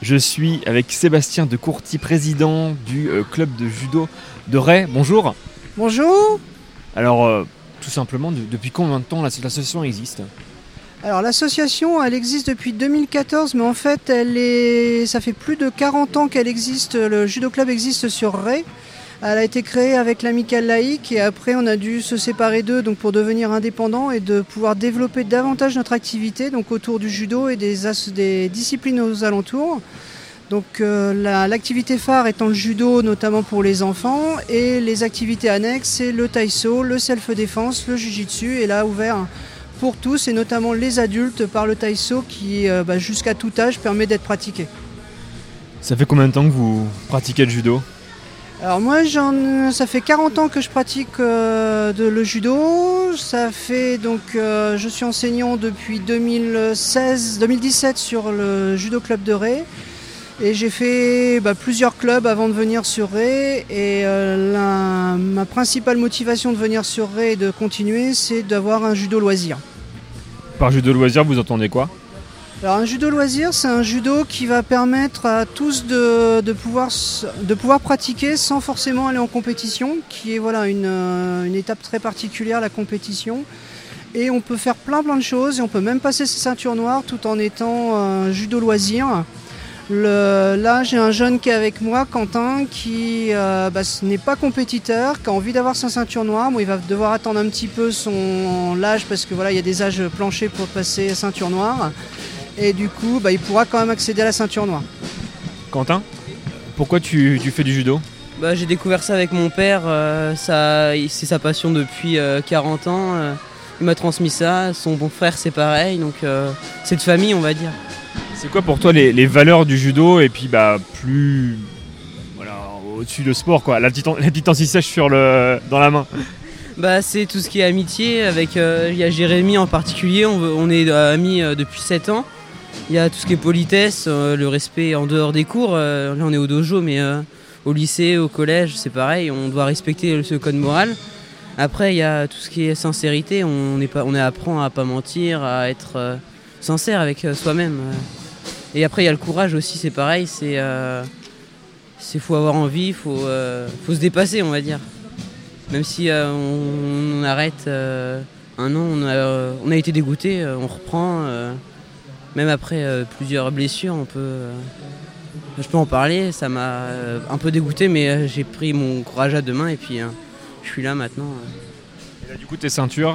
Je suis avec Sébastien de Courty, président du club de judo de Ray. Bonjour. Bonjour. Alors, tout simplement, depuis combien de temps l'association existe ? Alors l'association, elle existe depuis 2014, mais en fait, ça fait plus de 40 ans qu'elle existe. Le judo club existe sur Ray. Elle a été créée avec l'Amicale laïque et après on a dû se séparer d'eux donc pour devenir indépendant et de pouvoir développer davantage notre activité donc autour du judo et des disciplines aux alentours. Donc l'activité phare étant le judo notamment pour les enfants et les activités annexes c'est le taïso, le self-défense, le jujitsu et là ouvert pour tous et notamment les adultes par le taïso qui jusqu'à tout âge permet d'être pratiqué. Ça fait combien de temps que vous pratiquez le judo ? Alors moi, ça fait 40 ans que je pratique le judo. Ça fait je suis enseignant depuis 2017 sur le judo club de Ray. Et j'ai fait plusieurs clubs avant de venir sur Ray. Et ma principale motivation de venir sur Ray et de continuer, c'est d'avoir un judo loisir. Par judo loisir, vous entendez quoi ? Alors un judo loisir, c'est un judo qui va permettre à tous de pouvoir pratiquer sans forcément aller en compétition, qui est une étape très particulière, la compétition. Et on peut faire plein de choses et on peut même passer ses ceintures noires tout en étant judo loisir. Là, j'ai un jeune qui est avec moi, Quentin, qui n'est pas compétiteur, qui a envie d'avoir sa ceinture noire. Bon, il va devoir attendre un petit peu l'âge parce que il y a des âges planchers pour passer ceinture noire. Et du coup, il pourra quand même accéder à la ceinture noire. Quentin, pourquoi tu fais du judo ? J'ai découvert ça avec mon père, c'est sa passion depuis 40 ans. Il m'a transmis ça, son bon frère c'est pareil, donc c'est de famille on va dire. C'est quoi pour toi les valeurs du judo et puis plus au-dessus de sport quoi, la petite anti-sèche dans la main ? C'est tout ce qui est amitié, avec il y a Jérémy en particulier, on est amis depuis 7 ans. Il y a tout ce qui est politesse, le respect en dehors des cours, là on est au dojo mais au lycée, au collège c'est pareil, on doit respecter ce code moral. Après il y a tout ce qui est sincérité, on apprend à pas mentir, à être sincère avec soi-même. Et après il y a le courage aussi, c'est pareil, faut avoir envie, faut se dépasser on va dire. Même si on arrête un an, on a été dégoûté, on reprend. Même après plusieurs blessures, je peux en parler. Ça m'a un peu dégoûté, mais j'ai pris mon courage à deux mains et puis je suis là maintenant. Et là, du coup, tes ceintures,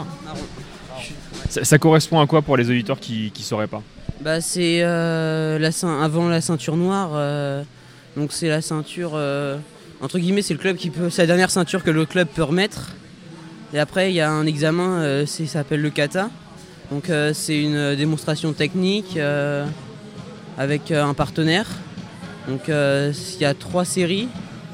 ça correspond à quoi pour les auditeurs qui ne sauraient pas ? C'est avant la ceinture noire, donc c'est la ceinture... entre guillemets, c'est la dernière ceinture que le club peut remettre. Et après, il y a un examen, ça s'appelle le kata. Donc c'est une démonstration technique avec un partenaire. Donc il y a 3 séries,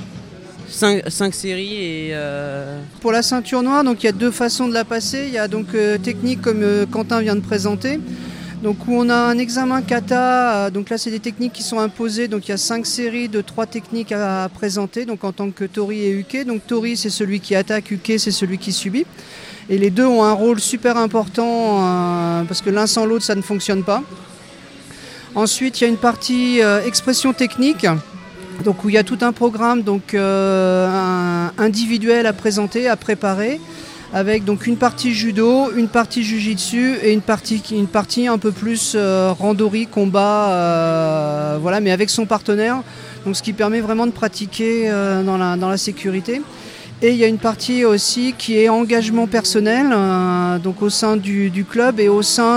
5 séries et... Pour la ceinture noire, donc il y a 2 façons de la passer. Il y a donc technique comme Quentin vient de présenter. Donc où on a un examen kata, donc là c'est des techniques qui sont imposées, donc il y a 5 séries de 3 techniques à présenter, donc en tant que tori et uke. Donc tori c'est celui qui attaque, uke c'est celui qui subit. Et les deux ont un rôle super important parce que l'un sans l'autre ça ne fonctionne pas. Ensuite il y a une partie expression technique, donc où il y a tout un programme donc, individuel à présenter, à préparer. Avec donc une partie judo, une partie jujitsu et une partie un peu plus randori, combat, mais avec son partenaire, donc ce qui permet vraiment de pratiquer dans la sécurité. Et il y a une partie aussi qui est engagement personnel, donc au sein du club et au sein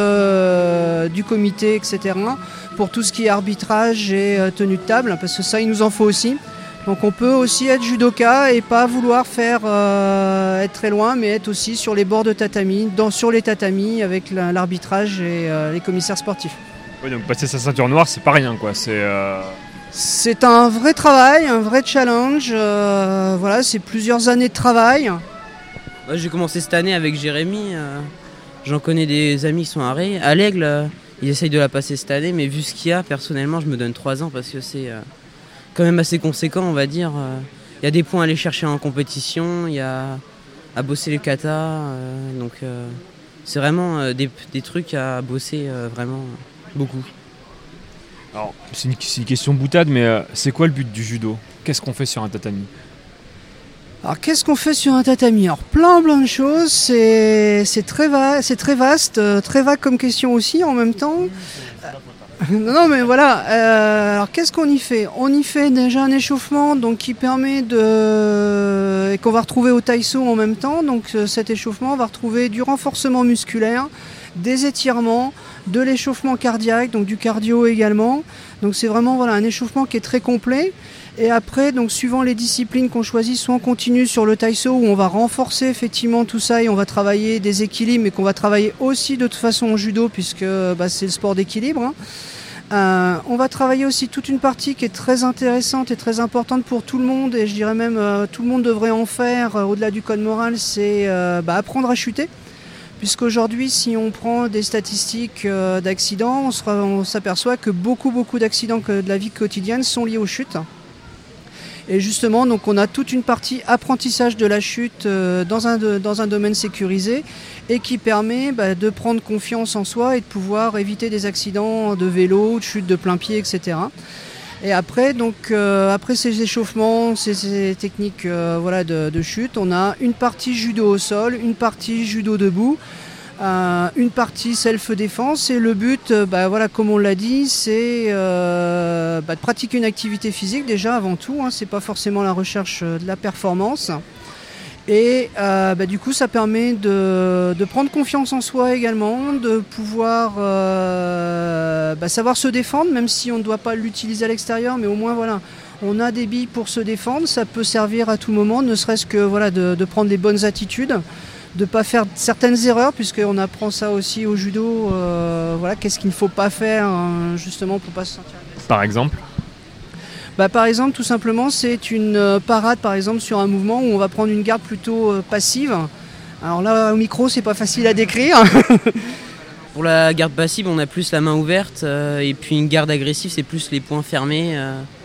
du comité, etc. pour tout ce qui est arbitrage et tenue de table, parce que ça il nous en faut aussi. Donc on peut aussi être judoka et pas vouloir être très loin, mais être aussi sur les bords de tatami, sur les tatamis avec l'arbitrage et les commissaires sportifs. Oui, donc passer sa ceinture noire, c'est pas rien quoi. C'est un vrai travail, un vrai challenge. C'est plusieurs années de travail. J'ai commencé cette année avec Jérémy. J'en connais des amis qui sont à l'Aigle. Ils essayent de la passer cette année, mais vu ce qu'il y a, personnellement, je me donne 3 ans parce que c'est... quand même assez conséquent on va dire. Il y a des points à aller chercher en compétition, il y a à bosser les katas, donc c'est vraiment des trucs à bosser vraiment beaucoup. Alors, c'est une question boutade, mais c'est quoi le but du judo? Qu'est-ce qu'on fait sur un tatami? Alors qu'est-ce qu'on fait sur un tatami? Alors plein de choses, c'est très vaste, très vague comme question aussi en même temps. Non mais voilà, alors qu'est-ce qu'on y fait? On y fait déjà un échauffement donc, qui permet et qu'on va retrouver au taïso en même temps. Donc cet échauffement, on va retrouver du renforcement musculaire, des étirements, de l'échauffement cardiaque, donc du cardio également. Donc c'est vraiment voilà, un échauffement qui est très complet. Et après, donc suivant les disciplines qu'on choisit, soit on continue sur le taïso où on va renforcer effectivement tout ça et on va travailler des équilibres, mais qu'on va travailler aussi de toute façon en judo puisque c'est le sport d'équilibre. On va travailler aussi toute une partie qui est très intéressante et très importante pour tout le monde, et je dirais même tout le monde devrait en faire au-delà du code moral, c'est apprendre à chuter. Puisqu'aujourd'hui, si on prend des statistiques d'accidents, on s'aperçoit que beaucoup d'accidents de la vie quotidienne sont liés aux chutes. Et justement, donc on a toute une partie apprentissage de la chute dans un domaine sécurisé et qui permet de prendre confiance en soi et de pouvoir éviter des accidents de vélo, de chute de plein pied, etc. Et après, après ces échauffements, ces techniques de chute, on a une partie judo au sol, une partie judo debout, une partie self-défense, et le but, comme on l'a dit, c'est de pratiquer une activité physique déjà avant tout, c'est pas forcément la recherche de la performance. Et du coup ça permet de prendre confiance en soi également, de pouvoir savoir se défendre, même si on ne doit pas l'utiliser à l'extérieur, mais au moins voilà, on a des billes pour se défendre, ça peut servir à tout moment, ne serait-ce que de prendre des bonnes attitudes, de ne pas faire certaines erreurs, puisqu'on apprend ça aussi au judo, qu'est-ce qu'il ne faut pas faire justement pour ne pas se sentir agressif. Par exemple par exemple, tout simplement, c'est une parade par exemple sur un mouvement où on va prendre une garde plutôt passive. Alors là, au micro, c'est pas facile à décrire. Pour la garde passive, on a plus la main ouverte, et puis une garde agressive, c'est plus les poings fermés.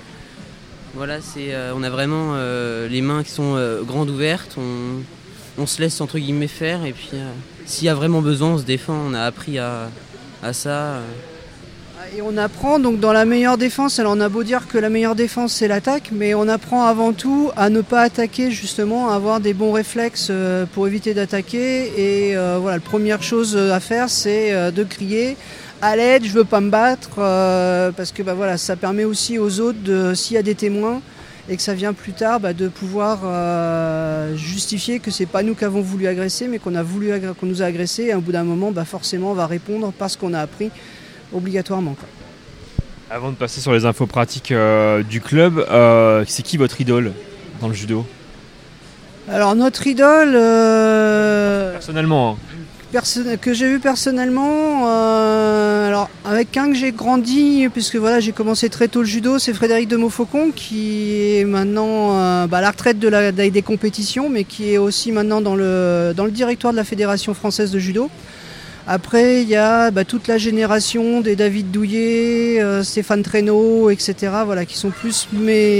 On a vraiment les mains qui sont grandes ouvertes. On se laisse entre guillemets faire, et puis s'il y a vraiment besoin, on se défend. On a appris à ça. Et on apprend donc dans la meilleure défense, alors on a beau dire que la meilleure défense c'est l'attaque, mais on apprend avant tout à ne pas attaquer justement, à avoir des bons réflexes pour éviter d'attaquer. Et la première chose à faire c'est de crier à l'aide, je veux pas me battre, parce que ça permet aussi aux autres, s'il y a des témoins et que ça vient plus tard, de pouvoir justifier que c'est pas nous qui avons voulu agresser, mais qu'on nous a agressé, et au bout d'un moment forcément on va répondre parce qu'on a appris obligatoirement. Avant de passer sur les infos pratiques du club, c'est qui votre idole dans le judo? Alors notre idole... Personnellement que j'ai vu personnellement, alors avec un que j'ai grandi, puisque j'ai commencé très tôt le judo, c'est Frédéric de Montfaucon, qui est maintenant à la retraite des compétitions, mais qui est aussi maintenant dans le directoire de la Fédération française de judo. Après, il y a toute la génération des David Douillet, Stéphane Traîneau, etc., qui sont plus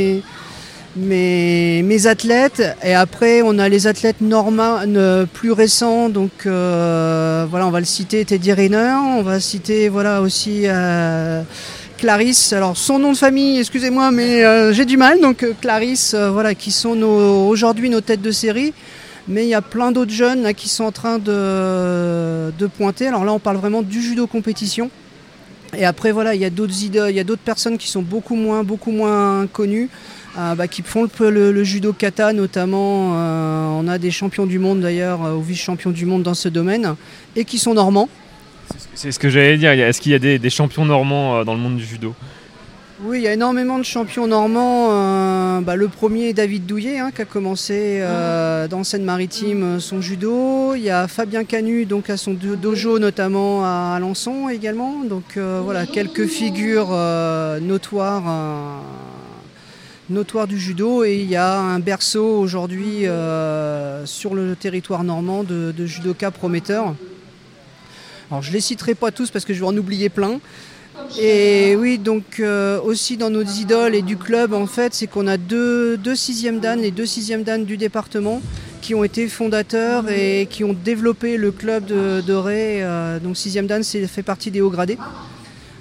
mes athlètes. Et après, on a les athlètes plus récents. Donc, on va le citer, Teddy Riner. On va citer aussi Clarisse. Alors, son nom de famille, excusez-moi, mais j'ai du mal. Donc, Clarisse, qui sont aujourd'hui nos têtes de série. Mais il y a plein d'autres jeunes là, qui sont en train de pointer. Alors là, on parle vraiment du judo compétition. Et après, il y a d'autres idoles, il y a d'autres personnes qui sont beaucoup moins connues, qui font le judo kata notamment. On a des champions du monde d'ailleurs, ou vice-champions du monde dans ce domaine, et qui sont normands. C'est ce que j'allais dire. Est-ce qu'il y a des champions normands dans le monde du judo? Oui, il y a énormément de champions normands. Le premier est David Douillet, qui a commencé dans Seine-Maritime son judo. Il y a Fabien Canu, donc à son dojo notamment à Alençon également. Donc quelques figures notoires du judo. Et il y a un berceau aujourd'hui sur le territoire normand de judokas prometteurs. Alors je ne les citerai pas tous parce que je vais en oublier plein. Et oui, donc aussi dans nos idoles et du club, en fait, c'est qu'on a deux 6e dan, les 2 6e dan du département, qui ont été fondateurs et qui ont développé le club de Ré. Donc 6e dan, fait partie des hauts gradés.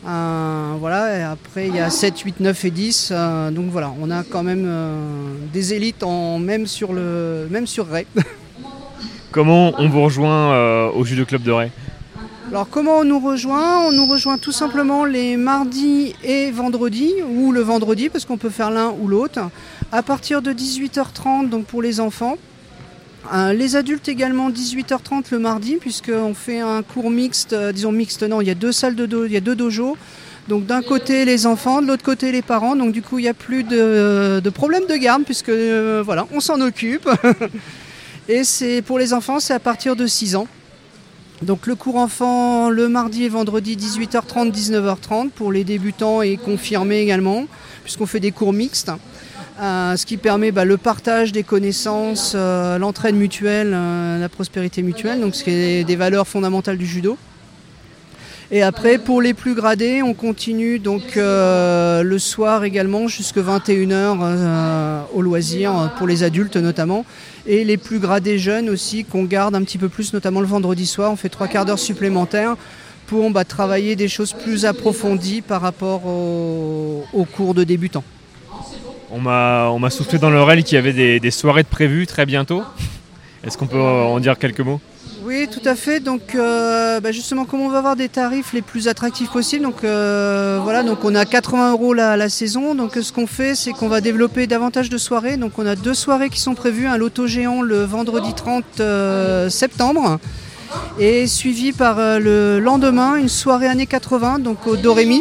Voilà, et après il y a 7, 8, 9 et 10. Donc voilà, on a quand même des élites même sur Ray. Comment on vous rejoint au Judo Club de Ray ? Alors comment on nous rejoint ? On nous rejoint tout simplement les mardis et vendredis, ou le vendredi, parce qu'on peut faire l'un ou l'autre, à partir de 18h30 donc pour les enfants. Les adultes également 18h30 le mardi, puisqu'on fait un cours mixte, non, il y a deux salles il y a deux dojos. Donc d'un côté les enfants, de l'autre côté les parents, donc du coup il n'y a plus de problème de garde, puisque voilà, on s'en occupe. Et pour les enfants, c'est à partir de 6 ans. Donc le cours enfant le mardi et vendredi 18h30, 19h30 pour les débutants et confirmés également, puisqu'on fait des cours mixtes. Ce qui permet le partage des connaissances, l'entraide mutuelle, la prospérité mutuelle, donc ce qui est des valeurs fondamentales du judo. Et après, pour les plus gradés, on continue donc le soir également jusqu'à 21h au loisir, pour les adultes notamment. Et les plus gradés jeunes aussi, qu'on garde un petit peu plus, notamment le vendredi soir. On fait 3 quarts d'heure supplémentaires pour travailler des choses plus approfondies par rapport aux cours de débutants. On m'a soufflé dans l'oreille qu'il y avait des soirées de prévues très bientôt. Est-ce qu'on peut en dire quelques mots ? Oui, tout à fait. Donc, justement, comme on va avoir des tarifs les plus attractifs possibles, donc donc on a 80 € la saison. Donc, ce qu'on fait, c'est qu'on va développer davantage de soirées. Donc, on a 2 soirées qui sont prévues, un loto géant le vendredi 30 septembre, et suivi par le lendemain une soirée années 80, donc au Dorémy.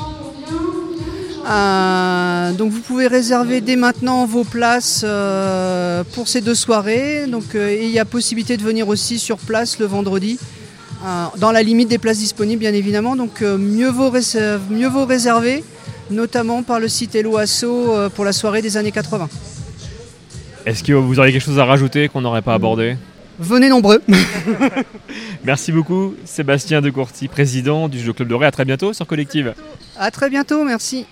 Donc vous pouvez réserver dès maintenant vos places pour ces 2 soirées. Donc, et il y a possibilité de venir aussi sur place le vendredi, dans la limite des places disponibles bien évidemment. Donc mieux vaut réserver, notamment par le site Hello Asso pour la soirée des années 80. Est-ce que vous auriez quelque chose à rajouter qu'on n'aurait pas abordé ? Venez nombreux. Merci beaucoup Sébastien Decourty, président du Judo Club de Ray. À très bientôt sur Collective. À très bientôt, merci.